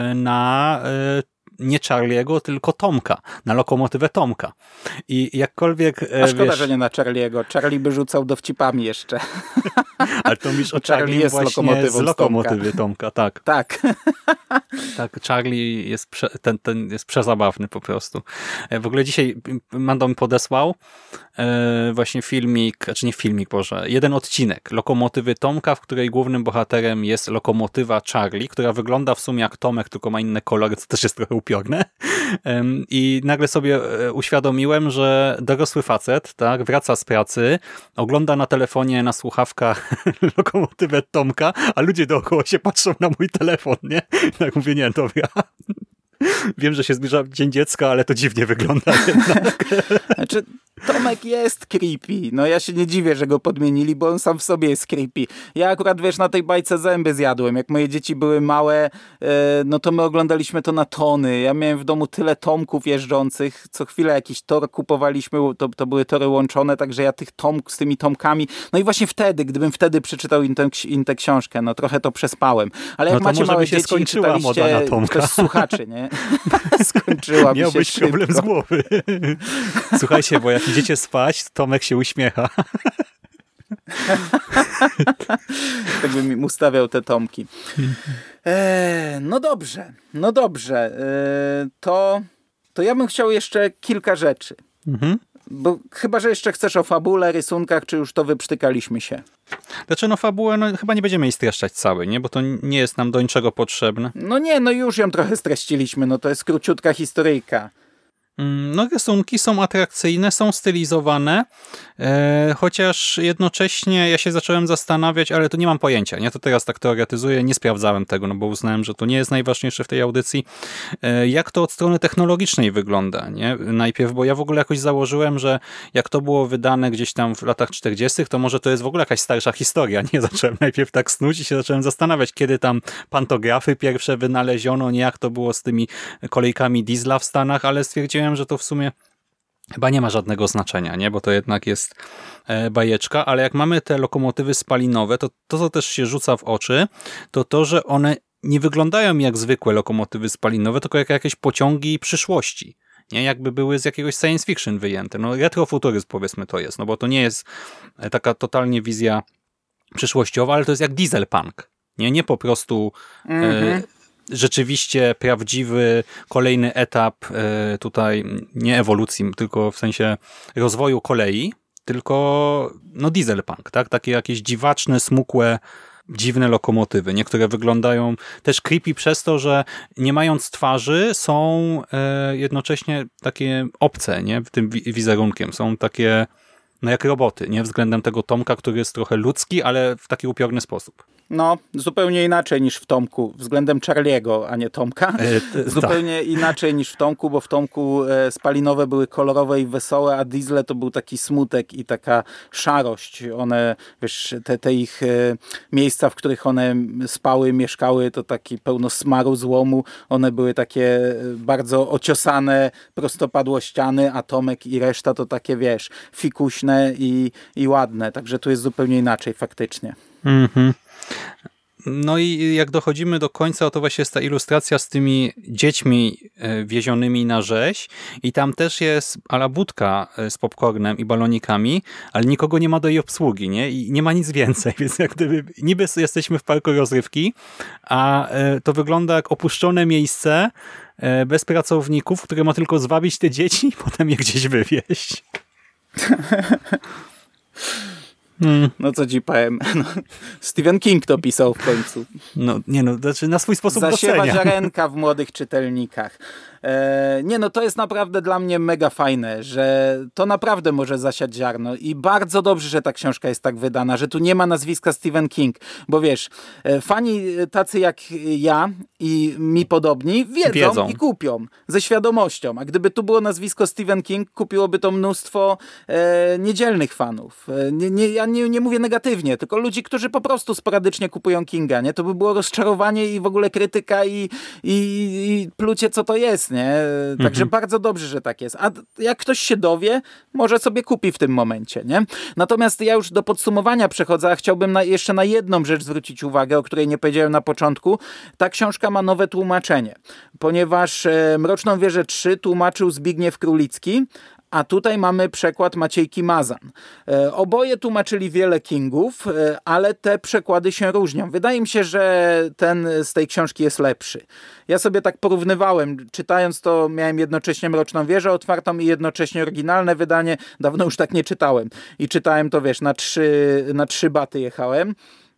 na nie Charlie'ego, tylko Tomka, na lokomotywę Tomka. I jakkolwiek... A szkoda, wiesz, że nie na Charlie'ego. Charlie by rzucał dowcipami jeszcze. Ale to mówisz o Charlie jest właśnie z lokomotywy Tomka, tak. Tak. Tak, Charlie jest, prze, ten, ten jest przezabawny po prostu. W ogóle dzisiaj Mando mi podesłał e, właśnie filmik, znaczy nie filmik, Boże, jeden odcinek Lokomotywy Tomka, w której głównym bohaterem jest lokomotywa Charlie, która wygląda w sumie jak Tomek, tylko ma inne kolory, co też jest trochę upiorne. E, I nagle sobie uświadomiłem, że dorosły facet, tak, wraca z pracy, ogląda na telefonie, na słuchawkach lokomotywę Tomka, a ludzie dookoła się patrzą na mój telefon, nie? Tak mówię, nie, dobra. Wiem, że się zbliża Dzień Dziecka, ale to dziwnie wygląda jednak. Znaczy, Tomek jest creepy. No ja się nie dziwię, że go podmienili, bo on sam w sobie jest creepy. Ja akurat, wiesz, na tej bajce zęby zjadłem. Jak moje dzieci były małe, no to my oglądaliśmy to na tony. Ja miałem w domu tyle tomków jeżdżących. Co chwilę jakiś tor kupowaliśmy, to, to były tory łączone, także ja tych tomków z tymi tomkami. No i właśnie wtedy, gdybym wtedy przeczytał im tę, im tę książkę, no trochę to przespałem. Ale jak no to macie może małe by się dzieci skończyła moda na Tomka. Ktoś z słuchaczy, nie? Skończyła mi Miałbyś się problem szybko. z głowy. Słuchajcie, bo jak idziecie spać, Tomek się uśmiecha. Tak bym im ustawiał te tomki. E, no dobrze, no dobrze. E, to, to ja bym chciał jeszcze kilka rzeczy. Mhm. Bo chyba, że jeszcze chcesz o fabule, rysunkach, czy już to wyprztykaliśmy się? Znaczy, no fabułę, no chyba nie będziemy jej streszczać całej, nie? Bo to nie jest nam do niczego potrzebne. No nie, no już ją trochę streściliśmy, no to jest króciutka historyjka. No rysunki są atrakcyjne, są stylizowane, e, chociaż jednocześnie ja się zacząłem zastanawiać, ale to nie mam pojęcia, nie? To teraz tak teoretyzuję, nie sprawdzałem tego, no bo uznałem, że to nie jest najważniejsze w tej audycji. E, jak to od strony technologicznej wygląda, nie? Najpierw, bo ja w ogóle jakoś założyłem, że jak to było wydane gdzieś tam w latach czterdziestych, to może to jest w ogóle jakaś starsza historia, nie? Zacząłem najpierw tak snuć i się zacząłem zastanawiać, kiedy tam pantografy pierwsze wynaleziono, nie? Jak to było z tymi kolejkami diesla w Stanach, ale stwierdziłem, że to w sumie chyba nie ma żadnego znaczenia, nie? Bo to jednak jest bajeczka, ale jak mamy te lokomotywy spalinowe, to to, co też się rzuca w oczy, to to, że one nie wyglądają jak zwykłe lokomotywy spalinowe, tylko jak jakieś pociągi przyszłości. Nie? Jakby były z jakiegoś science fiction wyjęte. No retrofuturyzm powiedzmy to jest, no bo to nie jest taka totalnie wizja przyszłościowa, ale to jest jak dieselpunk. Nie, nie po prostu mm-hmm. e, rzeczywiście prawdziwy kolejny etap e, tutaj nie ewolucji, tylko w sensie rozwoju kolei, tylko no dieselpunk, tak? Takie jakieś dziwaczne, smukłe, dziwne lokomotywy. Niektóre wyglądają też creepy przez to, że nie mając twarzy są e, jednocześnie takie obce, nie? Tym wi- wizerunkiem. Są takie no jak roboty, nie? Względem tego Tomka, który jest trochę ludzki, ale w taki upiorny sposób. No, zupełnie inaczej niż w Tomku, względem Charlie'ego, a nie Tomka. E, t- zupełnie tak. Inaczej niż w Tomku, bo w Tomku e, spalinowe były kolorowe i wesołe, a diesle to był taki smutek i taka szarość. One, wiesz, te, te ich e, miejsca, w których one spały, mieszkały, to taki pełno smaru, złomu. One były takie bardzo ociosane, prostopadło ściany, a Tomek i reszta to takie, wiesz, fikuśne i, i ładne. Także tu jest zupełnie inaczej faktycznie. Mhm. No i jak dochodzimy do końca, to właśnie jest ta ilustracja z tymi dziećmi wiezionymi na rzeź i tam też jest ala budka z popcornem i balonikami, ale nikogo nie ma do jej obsługi, nie? I nie ma nic więcej, więc jak gdyby niby jesteśmy w parku rozrywki, a to wygląda jak opuszczone miejsce bez pracowników, które ma tylko zwabić te dzieci i potem je gdzieś wywieźć. Hmm. No co ci powiem. No, Stephen King to pisał w końcu. No nie no, znaczy na swój sposób Zasiewa docenia. ziarenka w młodych czytelnikach. E, nie no, to jest naprawdę dla mnie mega fajne, że to naprawdę może zasiać ziarno i bardzo dobrze, że ta książka jest tak wydana, że tu nie ma nazwiska Stephen King, bo wiesz, fani tacy jak ja i mi podobni wiedzą, wiedzą. i kupią ze świadomością, a gdyby tu było nazwisko Stephen King, kupiłoby to mnóstwo e, niedzielnych fanów. E, nie, nie, ja nie, nie mówię negatywnie, tylko ludzi, którzy po prostu sporadycznie kupują Kinga, nie? To by było rozczarowanie i w ogóle krytyka i, i, i plucie, co to jest, nie? Także mhm. bardzo dobrze, że tak jest. A jak ktoś się dowie, może sobie kupi w tym momencie, nie? Natomiast ja już do podsumowania przechodzę, a chciałbym na, jeszcze na jedną rzecz zwrócić uwagę, o której nie powiedziałem na początku. Ta książka ma nowe tłumaczenie, ponieważ e, Mroczną Wieżę trzy tłumaczył Zbigniew Królicki, a tutaj mamy przekład Maciejki Mazan. E, oboje tłumaczyli wiele Kingów, e, ale te przekłady się różnią. Wydaje mi się, że ten z tej książki jest lepszy. Ja sobie tak porównywałem. Czytając to miałem jednocześnie Mroczną Wieżę otwartą i jednocześnie oryginalne wydanie. Dawno już tak nie czytałem. I czytałem to, wiesz, na trzy, na trzy baty jechałem.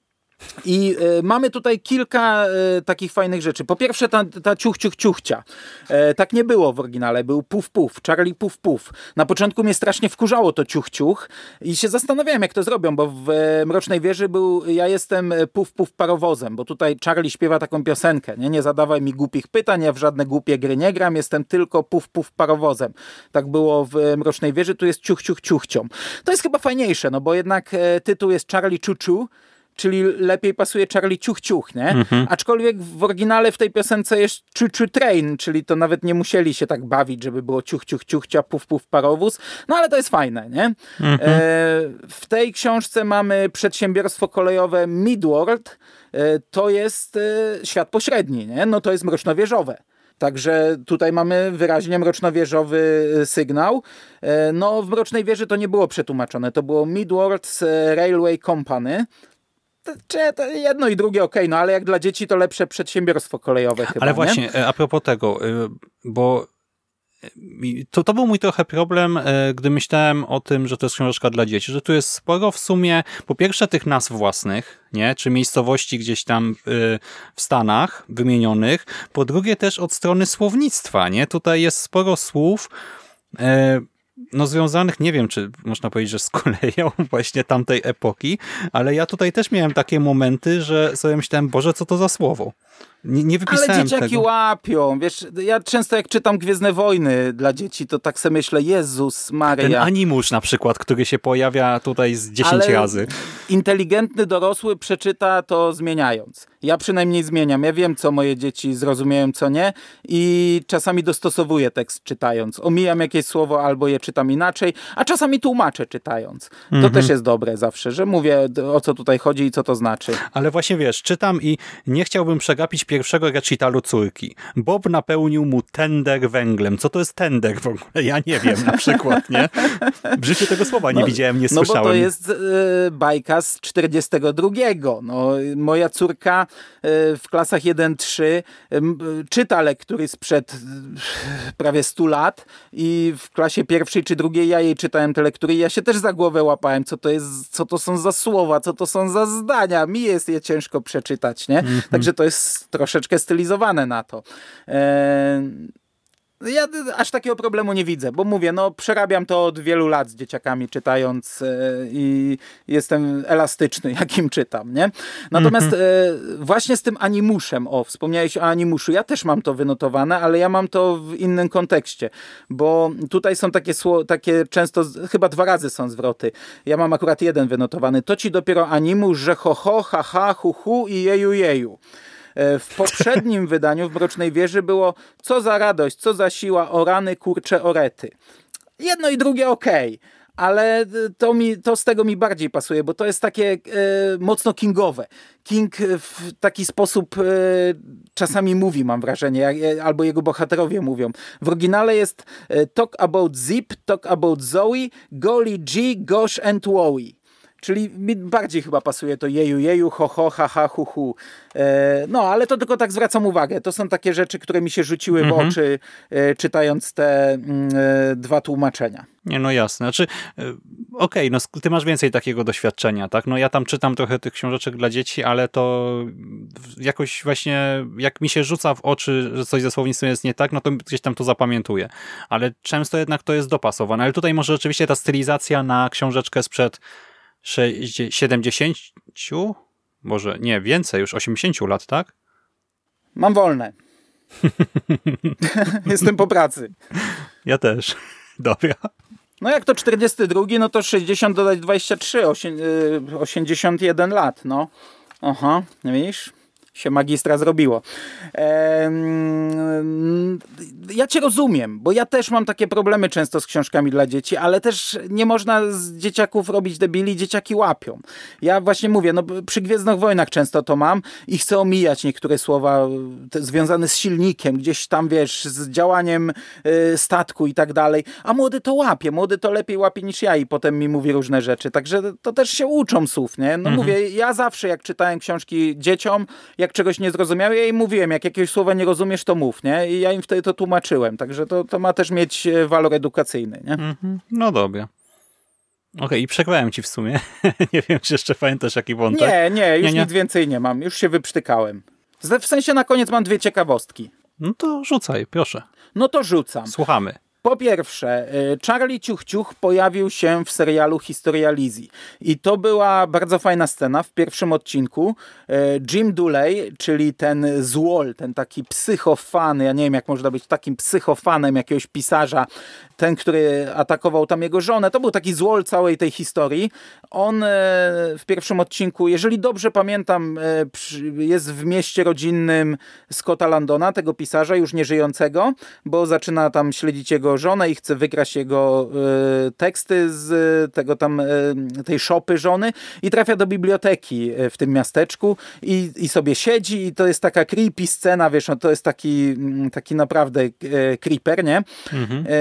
I y, mamy tutaj kilka y, takich fajnych rzeczy. Po pierwsze ta, ta ciuch, ciuch, ciuchcia. E, tak nie było w oryginale. Był puf, puf. Charlie puf, puf. Na początku mnie strasznie wkurzało to ciuch, ciuch i się zastanawiałem, jak to zrobią, bo w e, Mrocznej Wieży był ja jestem puf, puf parowozem, bo tutaj Charlie śpiewa taką piosenkę. Nie, nie zadawaj mi głupich pytań, ja w żadne głupie gry nie gram, jestem tylko puf, puf parowozem. Tak było w e, Mrocznej Wieży, tu jest ciuch, ciuch, ciuchcią. To jest chyba fajniejsze, no bo jednak e, tytuł jest Charlie Chuchu, czyli lepiej pasuje Charlie Ciuch Ciuch, nie? Mhm. Aczkolwiek w oryginale w tej piosence jest Choo Choo Train, czyli to nawet nie musieli się tak bawić, żeby było ciuch, ciuch, ciuchcia, puf, puf, parowóz. No ale to jest fajne, nie? Mhm. E, w tej książce mamy przedsiębiorstwo kolejowe Midworld. E, to jest e, świat pośredni, nie? No to jest mrocznowieżowe. Także tutaj mamy wyraźnie mrocznowieżowy sygnał. E, no w Mrocznej Wieży to nie było przetłumaczone. To było Midworld Railway Company. To jedno i drugie okej, okay, no ale jak dla dzieci to lepsze przedsiębiorstwo kolejowe chyba. Ale właśnie, nie? a propos tego, bo to, to był mój trochę problem, gdy myślałem o tym, że to jest książeczka dla dzieci, że tu jest sporo w sumie, po pierwsze tych nazw własnych, nie, czy miejscowości gdzieś tam w Stanach wymienionych, po drugie też od strony słownictwa, nie, tutaj jest sporo słów, no związanych, nie wiem, czy można powiedzieć, że z koleją właśnie tamtej epoki, ale ja tutaj też miałem takie momenty, że sobie myślałem, Boże, co to za słowo? Nie, nie wypisałem Ale dzieciaki tego. łapią, wiesz, ja często jak czytam Gwiezdne Wojny dla dzieci, to tak sobie myślę, Jezus Maria. Ten animusz na przykład, który się pojawia tutaj z dziesięć Ale razy. Inteligentny dorosły przeczyta to zmieniając. Ja przynajmniej zmieniam. Ja wiem, co moje dzieci zrozumieją, co nie i czasami dostosowuję tekst czytając. Omijam jakieś słowo albo je czytam inaczej, a czasami tłumaczę czytając. To mhm. też jest dobre zawsze, że mówię, o co tutaj chodzi i co to znaczy. Ale właśnie wiesz, czytam i nie chciałbym przegapić pierwszego recitalu córki. Bob napełnił mu tender węglem. Co to jest tender w ogóle? Ja nie wiem na przykład, nie? W życiu tego słowa nie no, widziałem, nie no słyszałem. No bo to jest y, bajka z czterdziestego drugiego. No, moja córka y, w klasach jeden trzy y, czyta lektury sprzed y, prawie stu lat i w klasie pierwszej czy drugiej ja jej czytałem te lektury i ja się też za głowę łapałem, co to jest, co to są za słowa, co to są za zdania. Mi jest je ciężko przeczytać, nie? Mm-hmm. Także to jest troszeczkę stylizowane na to. Eee, ja aż takiego problemu nie widzę, bo mówię, no przerabiam to od wielu lat z dzieciakami czytając yy, i jestem elastyczny, jak im czytam, nie? Natomiast mm-hmm. yy, właśnie z tym animuszem, o, wspomniałeś o animuszu, ja też mam to wynotowane, ale ja mam to w innym kontekście, bo tutaj są takie, sło- takie często, chyba dwa razy są zwroty. Ja mam akurat jeden wynotowany. To ci dopiero animusz, że ho, ho, ha, ha, hu, hu i jeju, jeju. W poprzednim wydaniu w Mrocznej Wieży było co za radość, co za siła, o rany, kurcze, orety. Jedno i drugie okej, okay, ale to, mi, to z tego mi bardziej pasuje, bo to jest takie e, mocno kingowe. King w taki sposób e, czasami mówi, mam wrażenie, jak, albo jego bohaterowie mówią. W oryginale jest e, talk about Zip, talk about Zoe, golly G, gosh and wowie. Czyli mi bardziej chyba pasuje to jeju, jeju, ho, ho, ha, ha, hu, hu. E, no, ale to tylko tak zwracam uwagę. To są takie rzeczy, które mi się rzuciły mm-hmm. w oczy, e, czytając te e, dwa tłumaczenia. Nie, no jasne. Znaczy, e, okej, okay, no ty masz więcej takiego doświadczenia, tak? No ja tam czytam trochę tych książeczek dla dzieci, ale to jakoś właśnie, jak mi się rzuca w oczy, że coś ze słownictwem jest nie tak, no to gdzieś tam to zapamiętuję. Ale często jednak to jest dopasowane. Ale tutaj może rzeczywiście ta stylizacja na książeczkę sprzed siedemdziesięciu? Może nie, więcej, już osiemdziesięciu lat, tak? Mam wolne. Jestem po pracy. Ja też. Dobra. No jak to czterdziesty drugi, no to sześćdziesiąt dodać dwadzieścia trzy, osiemdziesiąt jeden lat, no. Aha, widzisz? Się magistra zrobiło. Eee, ja cię rozumiem, bo ja też mam takie problemy często z książkami dla dzieci, ale też nie można z dzieciaków robić debili, dzieciaki łapią. Ja właśnie mówię, no przy Gwiezdnych Wojnach często to mam i chcę omijać niektóre słowa te, związane z silnikiem, gdzieś tam, wiesz, z działaniem y, statku i tak dalej, a młody to łapie, młody to lepiej łapie niż ja i potem mi mówi różne rzeczy, także to też się uczą słów, nie? No mhm. mówię, ja zawsze jak czytałem książki dzieciom, jak czegoś nie zrozumiałem, ja im mówiłem, jak jakiegoś słowa nie rozumiesz, to mów, nie? I ja im wtedy to tłumaczyłem, także to, to ma też mieć walor edukacyjny, nie? Mm-hmm. No dobra. Okej, okay, i przegrałem ci w sumie. Nie wiem, czy jeszcze pamiętasz jaki wątek. Nie, nie, już nie, nie. Nic więcej nie mam, już się wyprztykałem. W sensie na koniec mam dwie ciekawostki. No to rzucaj, proszę. No to rzucam. Słuchamy. Po pierwsze, Charlie Ciuch Ciuch pojawił się w serialu Historia Lizzie. I to była bardzo fajna scena w pierwszym odcinku. Jim Dooley, czyli ten złol, ten taki psychofan, ja nie wiem jak można być takim psychofanem jakiegoś pisarza, ten, który atakował tam jego żonę, to był taki złol całej tej historii. On w pierwszym odcinku, jeżeli dobrze pamiętam, jest w mieście rodzinnym Scotta Landona, tego pisarza już nieżyjącego, bo zaczyna tam śledzić jego żonę i chce wykraść jego y, teksty z tego tam y, tej szopy żony i trafia do biblioteki w tym miasteczku i, i sobie siedzi i to jest taka creepy scena, wiesz, no to jest taki, taki naprawdę y, creeper, nie? Mhm. Y, I opowiada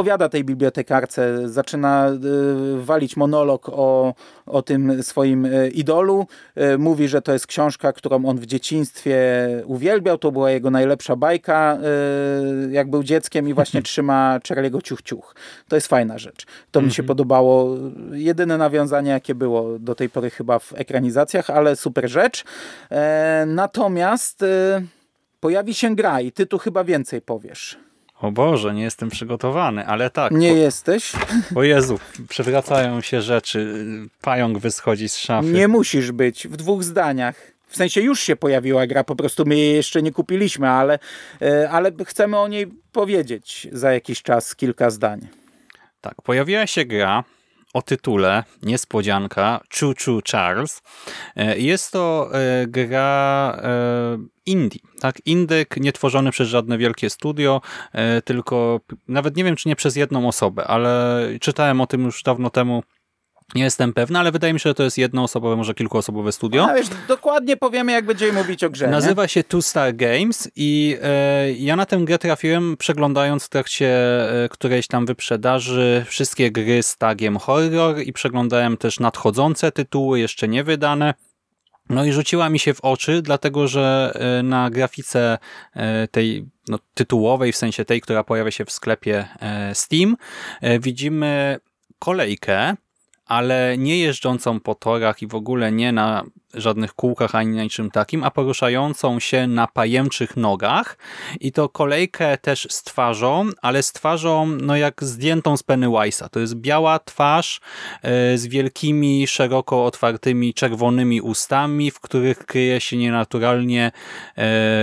opowiada tej bibliotekarce, zaczyna y, walić monolog o, o tym swoim y, idolu. Y, mówi, że to jest książka, którą on w dzieciństwie uwielbiał. To była jego najlepsza bajka, y, jak był dzieckiem i właśnie trzyma Charlie'ego ciuch ciuch. To jest fajna rzecz. To mi się Mhm. podobało. Jedyne nawiązanie, jakie było do tej pory chyba w ekranizacjach, ale super rzecz. E, natomiast e, pojawi się gra i ty tu chyba więcej powiesz. O Boże, nie jestem przygotowany, ale tak. Nie po, jesteś? o Jezu, przewracają się rzeczy, pająk wyschodzi z szafy. Nie musisz być. W dwóch zdaniach. W sensie już się pojawiła gra, po prostu my jej jeszcze nie kupiliśmy, ale, e, ale chcemy o niej powiedzieć za jakiś czas kilka zdań. Tak, pojawiła się gra o tytule, niespodzianka, Choo Choo Charles. E, Jest to e, gra e, indie, tak? Indyk nietworzony przez żadne wielkie studio, e, tylko nawet nie wiem, czy nie przez jedną osobę, ale czytałem o tym już dawno temu. Nie jestem pewny, ale wydaje mi się, że to jest jednoosobowe, może kilkuosobowe studio. A wiesz, dokładnie powiemy, jak będziemy mówić o grze. Nazywa nie? się Two Star Games i e, ja na tę grę trafiłem przeglądając w trakcie e, którejś tam wyprzedaży wszystkie gry z tagiem horror i przeglądałem też nadchodzące tytuły, jeszcze nie wydane. No i rzuciła mi się w oczy, dlatego że e, na grafice e, tej no, tytułowej, w sensie tej, która pojawia się w sklepie e, Steam, e, widzimy kolejkę, ale nie jeżdżącą po torach i w ogóle nie na żadnych kółkach ani na niczym takim, a poruszającą się na pajęczych nogach i to kolejkę też z twarzą, ale z twarzą no jak zdjętą z Pennywise'a. To jest biała twarz e, z wielkimi, szeroko otwartymi, czerwonymi ustami, w których kryje się nienaturalnie e,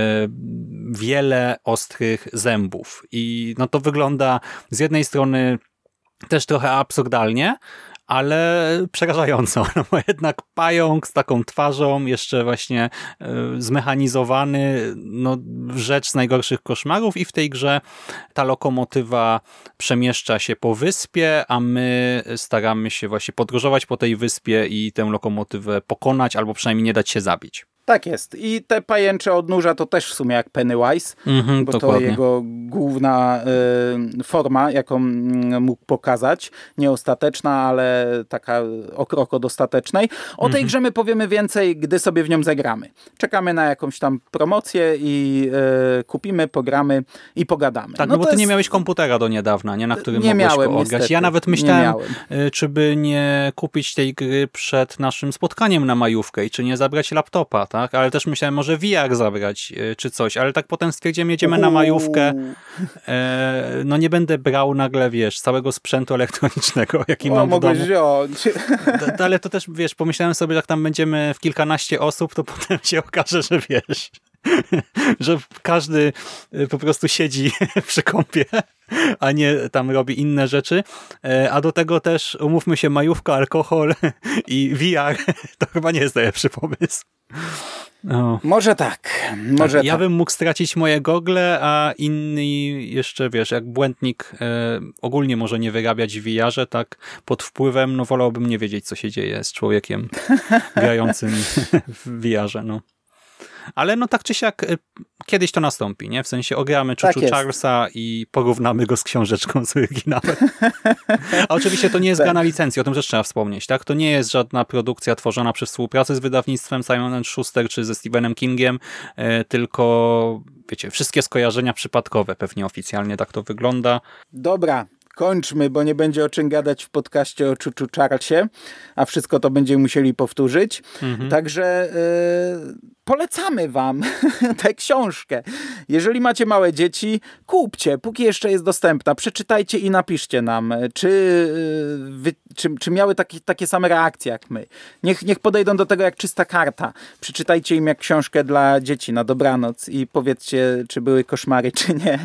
wiele ostrych zębów. I no to wygląda z jednej strony też trochę absurdalnie, ale przerażająco, no bo jednak pająk z taką twarzą, jeszcze właśnie y, zmechanizowany, no rzecz z najgorszych koszmarów i w tej grze ta lokomotywa przemieszcza się po wyspie, a my staramy się właśnie podróżować po tej wyspie i tę lokomotywę pokonać, albo przynajmniej nie dać się zabić. Tak jest. I te pajęcze odnóża to też w sumie jak Pennywise, Mhm, bo dokładnie. to jego główna y, forma, jaką mm, mógł pokazać. Nie ostateczna, ale taka o krok od ostatecznej. O tej Mhm. grze my powiemy więcej, gdy sobie w nią zagramy. Czekamy na jakąś tam promocję i y, kupimy, pogramy i pogadamy. Tak, no, bo to ty nie jest- miałeś komputera do niedawna, nie, na którym Nie mogłeś miałem, go odgrać. niestety. Ja nawet Nie myślałem, miałem. y, czy by nie kupić tej gry przed naszym spotkaniem na majówkę i czy nie zabrać laptopa, tak? Ale też myślałem, może V R zabrać, y, czy coś, ale tak potem stwierdziłem, jedziemy na majówkę, Uuu. e, no nie będę brał nagle, wiesz, całego sprzętu elektronicznego, jaki O, mam w mogłeś domu. wziąć. D- Ale to też, wiesz, pomyślałem sobie, jak tam będziemy w kilkanaście osób, to potem się okaże, że wiesz, że każdy y, po prostu siedzi przy kąpie, a nie tam robi inne rzeczy. E, A do tego też, umówmy się, majówka, alkohol i V R, to chyba nie jest najlepszy pomysł. No. Może tak, może Ja tak. bym mógł stracić moje gogle, a inni jeszcze, wiesz, jak błędnik e, ogólnie może nie wyrabiać w V R-ze, tak pod wpływem, no wolałbym nie wiedzieć, co się dzieje z człowiekiem grającym w V R-ze, no. Ale no tak czy siak e, kiedyś to nastąpi, nie? W sensie ogramy Tak Choo jest. Charlesa i porównamy go z książeczką z oryginałem. A oczywiście to nie jest Tak. gra na licencji, o tym też trzeba wspomnieć, tak? To nie jest żadna produkcja tworzona przy współpracy z wydawnictwem Simon and Schuster czy ze Stephenem Kingiem, e, tylko wiecie, wszystkie skojarzenia przypadkowe pewnie oficjalnie tak to wygląda. Dobra, kończmy, bo nie będzie o czym gadać w podcaście o Choo Choo Charlesie, a wszystko to będziemy musieli powtórzyć. Mhm. Także yy, polecamy wam tę książkę. Jeżeli macie małe dzieci, kupcie, póki jeszcze jest dostępna. Przeczytajcie i napiszcie nam, czy, yy, wy, czy, czy miały takie, takie same reakcje jak my. Niech, niech podejdą do tego jak czysta karta. Przeczytajcie im jak książkę dla dzieci na dobranoc i powiedzcie, czy były koszmary, czy nie.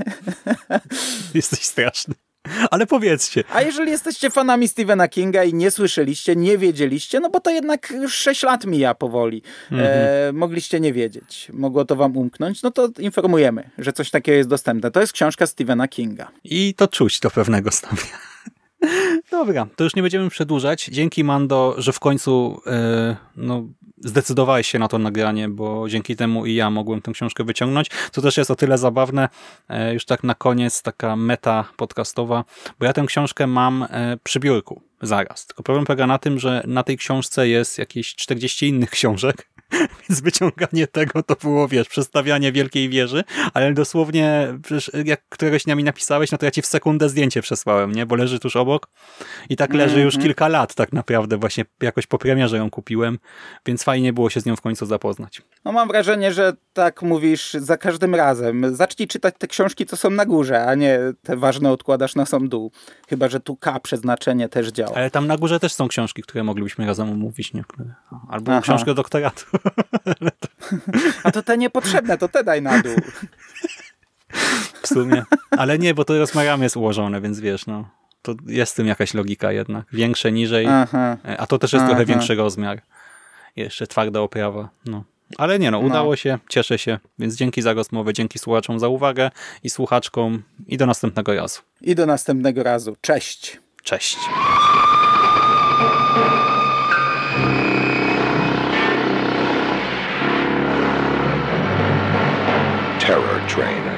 Jesteś straszny. Ale powiedzcie. A jeżeli jesteście fanami Stephena Kinga i nie słyszeliście, nie wiedzieliście, no bo to jednak już sześć lat mija powoli. E, mogliście nie wiedzieć. Mogło to wam umknąć. No to informujemy, że coś takiego jest dostępne. To jest książka Stephena Kinga. I to czuć do pewnego stopnia. Dobra, to już nie będziemy przedłużać. Dzięki, Mando, że w końcu yy, no, zdecydowałeś się na to nagranie, bo dzięki temu i ja mogłem tę książkę wyciągnąć, co też jest o tyle zabawne, już tak na koniec, taka meta podcastowa, bo ja tę książkę mam przy biurku zaraz. Tylko problem polega na tym, że na tej książce jest jakieś czterdzieści innych książek, więc wyciąganie tego to było, wiesz, przestawianie wielkiej wieży, ale dosłownie, przecież jak któregoś dnia mi napisałeś, no to ja ci w sekundę zdjęcie przesłałem, nie? Bo leży tuż obok i tak leży mm-hmm. już kilka lat tak naprawdę, właśnie jakoś po premierze ją kupiłem, więc fajnie było się z nią w końcu zapoznać. No mam wrażenie, że tak mówisz za każdym razem. Zacznij czytać te książki, co są na górze, a nie te ważne odkładasz na sam dół. Chyba że tu K przeznaczenie też działa. Ale tam na górze też są książki, które moglibyśmy razem omówić, nie? Albo Aha. książkę doktoratu. A to te niepotrzebne, to te daj na dół. W sumie. Ale nie, bo to rozmiarami jest ułożone, więc wiesz, no. To jest w tym jakaś logika jednak. Większe, niżej. Aha. A to też jest Aha. trochę większy rozmiar. Jeszcze twarda oprawa. No. Ale nie no, udało no. się, cieszę się, więc dzięki za rozmowę, dzięki słuchaczom za uwagę i słuchaczkom i do następnego razu. I do następnego razu. Cześć. Cześć. Terror Train.